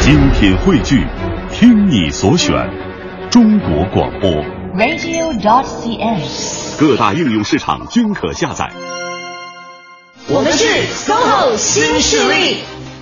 精品汇聚，听你所选，中国广播 radio.cn， 各大应用市场均可下载。 我们是 SOHO 新势力。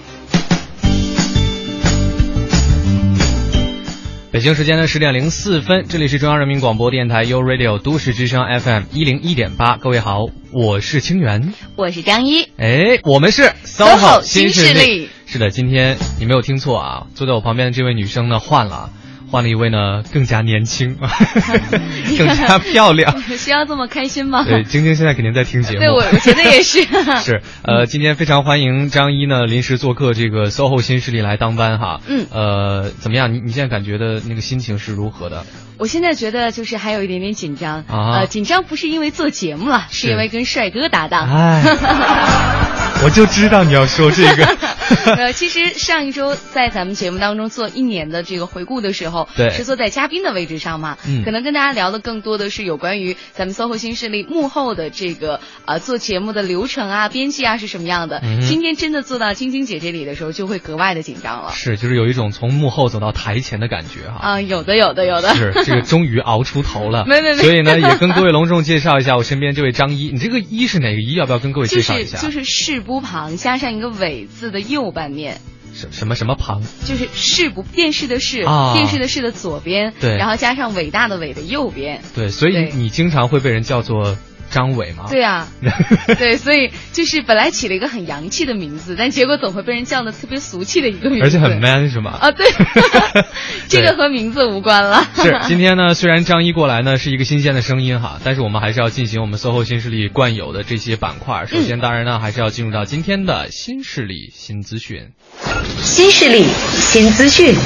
北京时间的10点04分，这里是中央人民广播电台 U Radio 都市之声 FM 101.8，各位好，我是清源， 我是张一， 我们是 SOHO 新势力。 是的，今天你没有听错啊，坐在我旁边的这位女生呢换了一位呢更加年轻更加漂亮。 需要这么开心吗？ 对，晶晶现在肯定在听节目。 对，我觉得也是是今天非常欢迎张一呢临时做客这个 SOHO 新势力来当班哈。怎么样，你现在感觉的那个心情是如何的？ 我现在觉得就是还有一点点紧张紧张不是因为做节目了，是因为跟帅哥搭档。 我就知道你要说这个其实上一周在咱们节目当中做1年的这个回顾的时候， 对， 是坐在嘉宾的位置上嘛，可能跟大家聊的更多的是有关于咱们 SOHO 新势力幕后的这个做节目的流程啊、编辑啊是什么样的。今天真的坐到晶晶姐这里的时候，就会格外的紧张了。 是，就是有一种从幕后走到台前的感觉哈。 有的。 是这个终于熬出头了。 没。 所以呢，也跟各位隆重介绍一下我身边这位张一。你这个一是哪个一？要不要跟各位介绍一下？ 就是士不旁加上一个伟字的右半面。 什么旁？就是视不电视的视，电视的视的左边， 对， 然后加上伟大的伟的右边。 对，所以你经常会被人叫做张伟吗？ 对啊，对，所以就是本来起了一个很洋气的名字，但结果总会被人叫的特别俗气的一个名字， 而且很 man 是吗？ 对，这个和名字无关了。 是，今天呢，虽然张一过来呢是一个新鲜的声音哈，但是我们还是要进行我们 SOHO 新势力惯有的这些板块。首先，当然呢，还是要进入到今天的新势力新资讯。 新势力新资讯。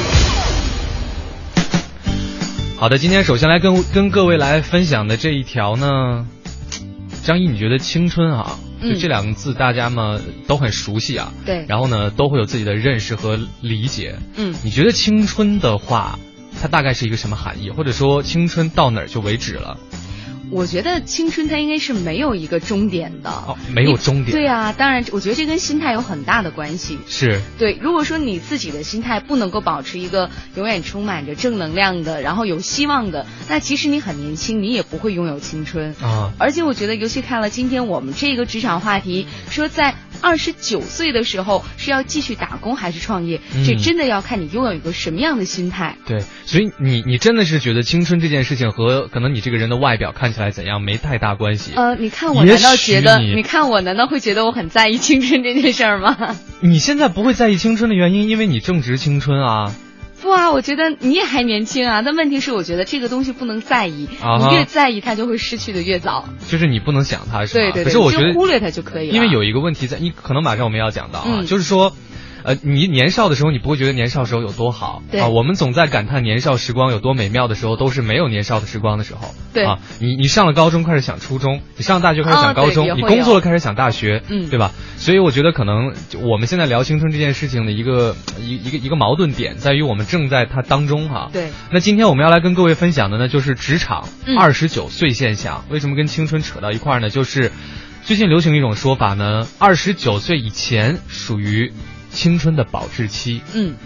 好的，今天首先来跟各位来分享的这一条呢，张一，你觉得青春啊，就这两个字大家嘛都很熟悉啊， 对， 然后呢都会有自己的认识和理解。你觉得青春的话，它大概是一个什么含义，或者说青春到哪儿就为止了？ 我觉得青春它应该是没有一个终点的。 没有终点。 对啊，当然我觉得这跟心态有很大的关系。 是。 对，如果说你自己的心态不能够保持一个永远充满着正能量的，然后有希望的，那即使你很年轻，你也不会拥有青春而且我觉得尤其看了今天我们这个职场话题，说在29岁的时候是要继续打工还是创业，这真的要看你拥有一个什么样的心态。 对，所以你真的是觉得青春这件事情和可能你这个人的外表看起来怎样没太大关系。 你看我难道会觉得我很在意青春这件事儿吗？ 你现在不会在意青春的原因，因为你正值青春啊。 不啊，我觉得你也还年轻啊，但问题是我觉得这个东西不能在意，你越在意它就会失去的越早。就是你不能想它是吧？对，可是我觉得忽略它就可以了。因为有一个问题在，你可能马上我们要讲到就是说你年少的时候，你不会觉得年少时候有多好。对我们总在感叹年少时光有多美妙的时候，都是没有年少的时光的时候。对你上了高中开始想初中，你上了大学开始想高中，你工作了开始想大学，对吧？所以我觉得可能我们现在聊青春这件事情的一个矛盾点在于我们正在它当中哈。对。那今天我们要来跟各位分享的呢，就是职场29岁现象。为什么跟青春扯到一块呢？就是最近流行一种说法呢，29岁以前属于青春的保质期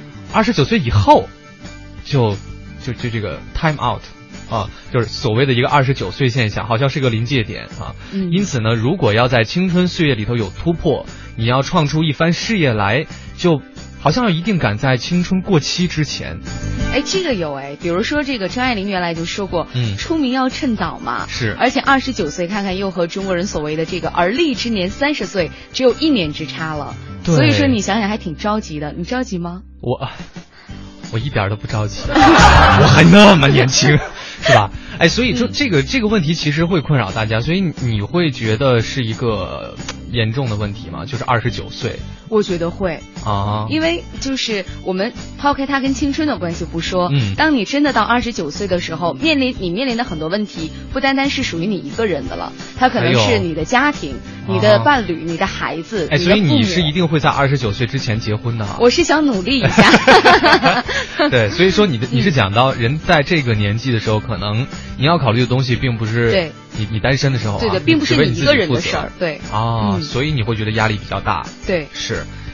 ，29岁以后就这个 time out 就是所谓的一个29岁现象，好像是个临界点因此呢，如果要在青春岁月里头有突破，你要创出一番事业来，就好像要一定赶在青春过期之前。 这个有比如说这个张爱玲原来就说过，出名要趁早嘛。是，而且29岁看看又和中国人所谓的这个而立之年30岁只有1年之差了。所以说你想想还挺着急的，你着急吗？ 我一点都不着急，我还那么年轻，是吧？所以说这个问题其实会困扰大家，所以你会觉得是一个严重的问题吗？就是29岁。 我觉得会因为就是我们抛开它跟青春的关系不说，当你真的到29岁的时候，面临的很多问题，不单单是属于你一个人的了，它可能是你的家庭、你的伴侣、你的孩子、你的父母。 所以你是一定会在29岁之前结婚的我是想努力一下。 对，所以说你是讲到人在这个年纪的时候，可能你要考虑的东西并不是你单身的时候对，并不是你一个人的事儿。对所以你会觉得压力比较大。 对， 是。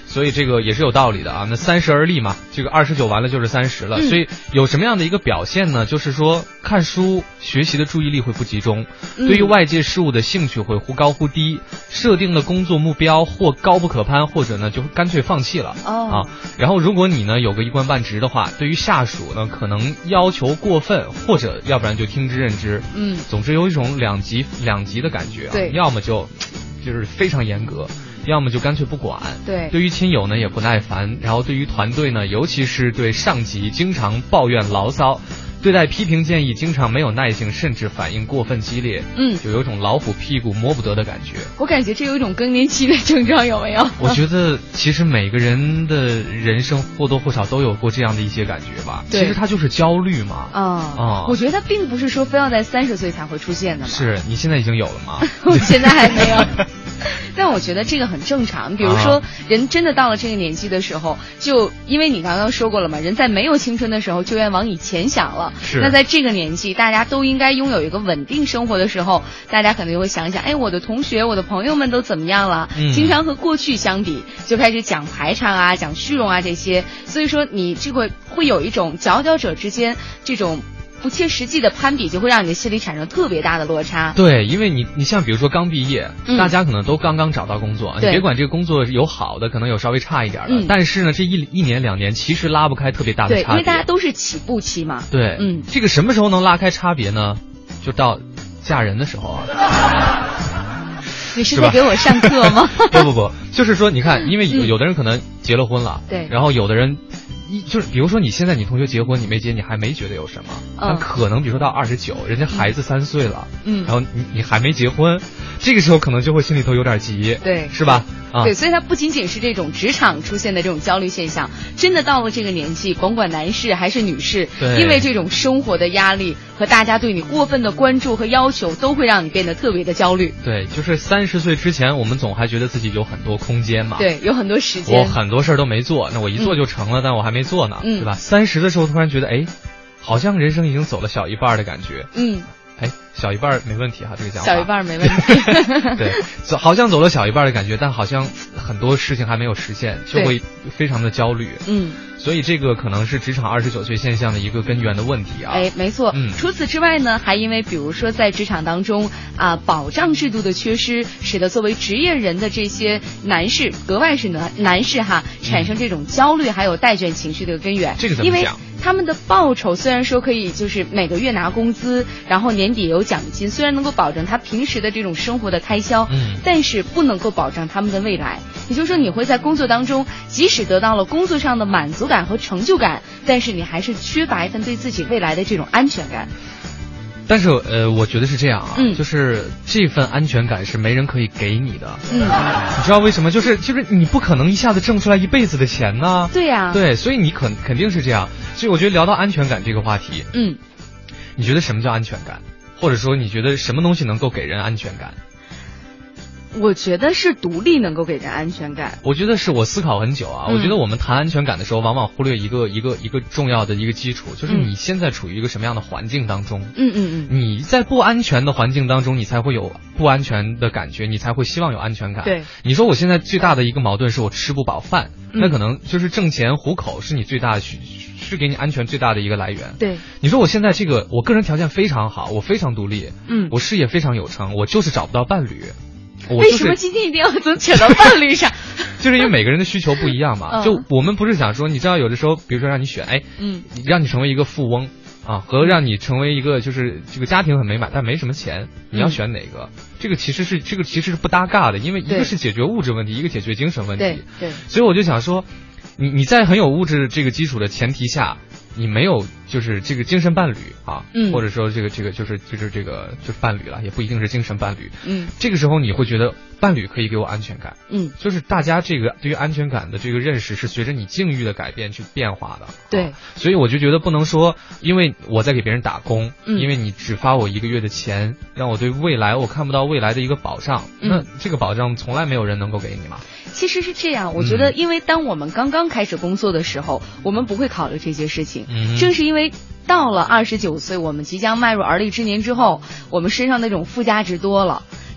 所以这个也是有道理的啊。那30而立嘛，这个29完了就是30了，所以有什么样的一个表现呢？就是说看书学习的注意力会不集中，对于外界事物的兴趣会忽高忽低，设定的工作目标或高不可攀，或者呢就干脆放弃了啊。然后如果你呢有个一官半职的话，对于下属呢可能要求过分，或者要不然就听之任之。总之有一种两极的感觉啊。 对， 要么就是非常严格，要么就干脆不管。 对于亲友呢也不耐烦，然后对于团队呢，尤其是对上级经常抱怨牢骚，对待批评建议经常没有耐性，甚至反应过分激烈。就有一种老虎屁股摸不得的感觉。 我感觉这有一种更年期的症状，有没有？ 我觉得其实每个人的人生或多或少都有过这样的一些感觉吧。其实它就是焦虑嘛。 我觉得并不是说非要在30岁才会出现的嘛。 是你现在已经有了吗？ 我现在还没有。但我觉得这个很正常。比如说，人真的到了这个年纪的时候，就因为你刚刚说过了嘛，人在没有青春的时候就愿往以前想了。 是。 那在这个年纪，大家都应该拥有一个稳定生活的时候，大家可能就会想想，哎，我的同学、我的朋友们都怎么样了？经常和过去相比，就开始讲排场啊、讲虚荣啊这些。所以说，你这会有一种佼佼者之间这种不切实际的攀比，就会让你的心里产生特别大的落差。 对，因为你像比如说刚毕业，大家可能都刚刚找到工作，你别管这个工作有好的，可能有稍微差一点的，但是呢，这一年2年其实拉不开特别大的差别。 对，因为大家都是起步期嘛。 对，这个什么时候能拉开差别呢？就到嫁人的时候啊。 你是在给我上课吗？ 不，就是说，你看，因为有的人可能结了婚了， 对， 然后有的人。就是比如说你现在你同学结婚你没结，你还没觉得有什么，但可能比如说到29，人家孩子3岁了，然后你还没结婚，这个时候可能就会心里头有点急， 对， 是吧？ 对，所以它不仅仅是这种职场出现的这种焦虑现象，真的到了这个年纪，甭管男士还是女士，因为这种生活的压力和大家对你过分的关注和要求，都会让你变得特别的焦虑。 对，就是30岁之前，我们总还觉得自己有很多空间嘛， 对，有很多时间， 我很多事儿都没做，那我一做就成了，但我还没做呢，对吧？30的时候突然觉得，哎，好像人生已经走了小一半的感觉，小一半没问题哈，这个讲法。 小一半没问题。 对，好像走了小一半的感觉，但好像很多事情还没有实现，就会非常的焦虑。所以这个可能是职场29岁现象的一个根源的问题啊。 哎，没错。除此之外呢，还因为比如说在职场当中保障制度的缺失，使得作为职业人的这些男士，格外是男士哈，产生这种焦虑还有怠倦情绪的根源。 这个怎么讲？ 因为他们的报酬虽然说可以就是每个月拿工资，然后年底有奖金，虽然能够保证他平时的这种生活的开销，但是不能够保障他们的未来。也就是说，你会在工作当中，即使得到了工作上的满足感和成就感，但是你还是缺乏一份对自己未来的这种安全感。 但是我觉得是这样啊，就是这份安全感是没人可以给你的。你知道为什么？就是你不可能一下子挣出来一辈子的钱呢。 对呀。 对，所以你肯定是这样。所以我觉得聊到安全感这个话题，你觉得什么叫安全感？或者说你觉得什么东西能够给人安全感？ 我觉得是独立能够给人安全感。 我觉得是我思考很久啊，我觉得我们谈安全感的时候，往往忽略一个重要的一个基础，就是你现在处于一个什么样的环境当中。你在不安全的环境当中，你才会有不安全的感觉，你才会希望有安全感。 对， 你说我现在最大的一个矛盾是我吃不饱饭，那可能就是挣钱糊口是你最大的是给你安全最大的一个来源。 对， 你说我现在我个人条件非常好，我非常独立，我事业非常有成，我就是找不到伴侣。 为什么今天一定要总扯到伴侣上？ 就是因为每个人的需求不一样嘛。就我们不是想说，你知道有的时候，比如说让你选，让你成为一个富翁啊，和让你成为一个就是这个家庭很美满但没什么钱，你要选哪个？这个其实是不搭嘎的，因为一个是解决物质问题，一个解决精神问题。 对。 所以我就想说，你在很有物质这个基础的前提下，你没有就是这个精神伴侣啊，或者说这个就是伴侣了，也不一定是精神伴侣。这个时候你会觉得伴侣可以给我安全感。就是大家这个对于安全感的这个认识是随着你境遇的改变去变化的。 对， 所以我就觉得不能说，因为我在给别人打工，因为你只发我1个月的钱，让我对未来我看不到未来的一个保障，那这个保障从来没有人能够给你嘛。 其实是这样，我觉得因为当我们刚刚开始工作的时候，我们不会考虑这些事情，正是因为到了29岁，我们即将迈入而立之年之后，我们身上那种附加值多了。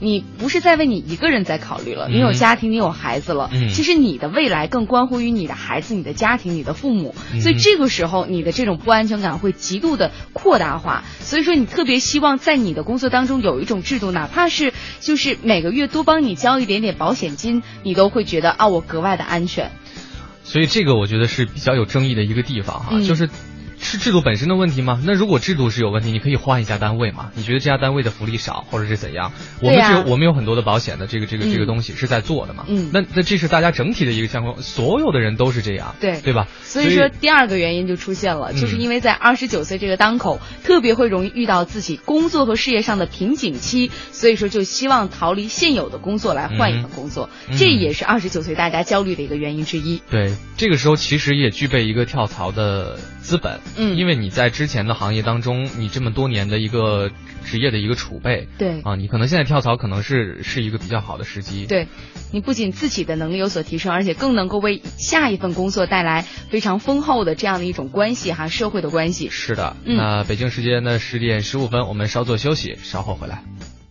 你不是在为你一个人在考虑了，你有家庭，你有孩子了，其实你的未来更关乎于你的孩子、你的家庭、你的父母，所以这个时候你的这种不安全感会极度的扩大化。所以说你特别希望在你的工作当中有一种制度，哪怕是就是每个月多帮你交一点点保险金，你都会觉得啊，我格外的安全。 所以这个我觉得是比较有争议的一个地方哈，就是制度本身的问题吗？那如果制度是有问题，你可以换一家单位嘛？你觉得这家单位的福利少，或者是怎样？我们有很多的保险的这个东西是在做的嘛？那这是大家整体的一个相关，所有的人都是这样，对吧？ 所以说第二个原因就出现了，就是因为在29岁这个当口，特别会容易遇到自己工作和事业上的瓶颈期，所以说就希望逃离现有的工作来换一份工作，这也是29岁大家焦虑的一个原因之一。 对，这个时候其实也具备一个跳槽的资本，因为你在之前的行业当中，你这么多年的一个职业的一个储备， 对啊，你可能现在跳槽可能是一个比较好的时机。 对，你不仅自己的能力有所提升，而且更能够为下一份工作带来非常丰厚的这样的一种关系哈，社会的关系。 是的，那北京时间的10点15分，我们稍作休息，稍后回来。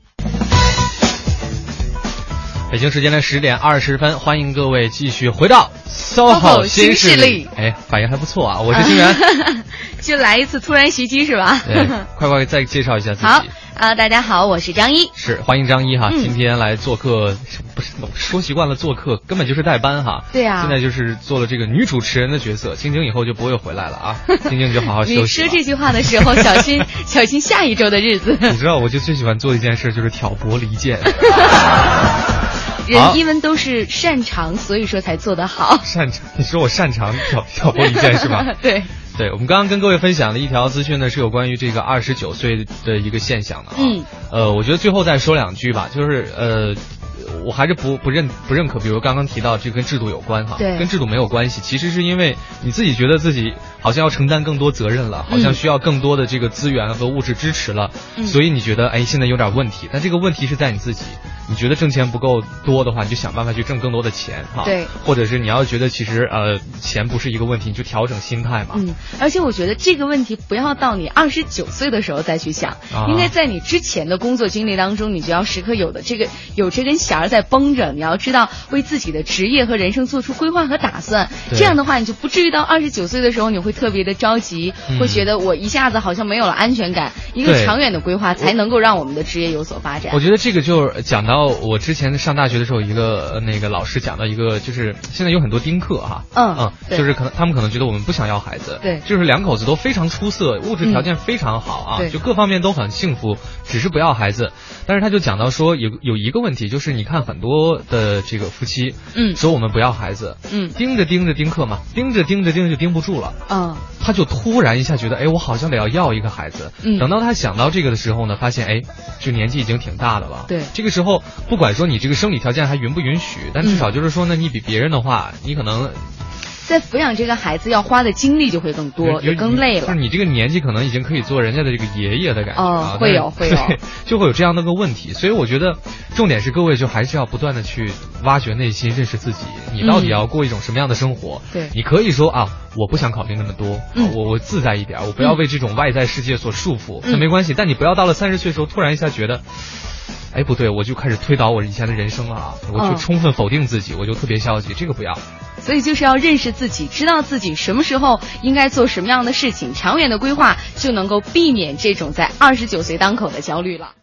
北京时间的10点20分，欢迎各位继续回到 SOHO 新势力。哎，反应还不错啊！我是金源， 就来一次突然袭击是吧？ 对，快再介绍一下自己。 好大家好，我是张一。 是，欢迎张一哈，今天来做客，不是说习惯了做客，根本就是代班哈。 对啊， 现在就是做了这个女主持人的角色，晶晶以后就不会回来了啊，晶晶就好好休息。 你说这句话的时候，小心下一周的日子。 你知道，我就最喜欢做一件事，就是挑拨离间。 人因为都是擅长，所以说才做得好。 擅长？你说我擅长挑拨离间是吧？ 对。 对，我们刚刚跟各位分享的一条资讯呢，是有关于这个29岁的一个现象的啊。我觉得最后再说两句吧，就是我还是不认可，比如刚刚提到这跟制度有关哈， 对， 跟制度没有关系，其实是因为你自己觉得自己好像要承担更多责任了，好像需要更多的这个资源和物质支持了，所以你觉得现在有点问题，但这个问题是在你自己。你觉得挣钱不够多的话，你就想办法去挣更多的钱哈。 对， 或者是你要觉得其实钱不是一个问题，你就调整心态嘛。 而且我觉得这个问题不要到你29岁的时候再去想，应该在你之前的工作经历当中，你就要时刻有这根弦在绷着，你要知道为自己的职业和人生做出规划和打算。这样的话，你就不至于到29岁的时候你会特别的着急，会觉得我一下子好像没有了安全感。一个长远的规划才能够让我们的职业有所发展。 我觉得这个就是讲到我之前上大学的时候，一个那个老师讲到一个，就是现在有很多丁克哈，就是他们可能觉得我们不想要孩子， 对， 就是两口子都非常出色，物质条件非常好啊，就各方面都很幸福，只是不要孩子。但是他就讲到说有一个问题，就是你看很多的这个夫妻，说我们不要孩子，盯着丁克嘛，盯着就盯不住了，他就突然一下觉得，我好像得要一个孩子，等到他想到这个的时候呢，发现就年纪已经挺大的了， 对， 这个时候不管说你这个生理条件还允不允许，但至少就是说呢，你比别人的话，你可能在抚养这个孩子要花的精力就会更多，也更累了。 就是你这个年纪可能已经可以做人家的这个爷爷的感觉会有， 就会有这样的个问题。所以我觉得重点是各位就还是要不断的去挖掘内心，认识自己，你到底要过一种什么样的生活？ 对， 你可以说我不想考虑那么多，我自在一点，我不要为这种外在世界所束缚，那没关系。但你不要到了30岁的时候突然一下觉得。不对，我就开始推倒我以前的人生了，我就充分否定自己，我就特别消极，这个不要。 所以就是要认识自己，知道自己什么时候应该做什么样的事情，长远的规划就能够避免这种在29岁当口的焦虑了。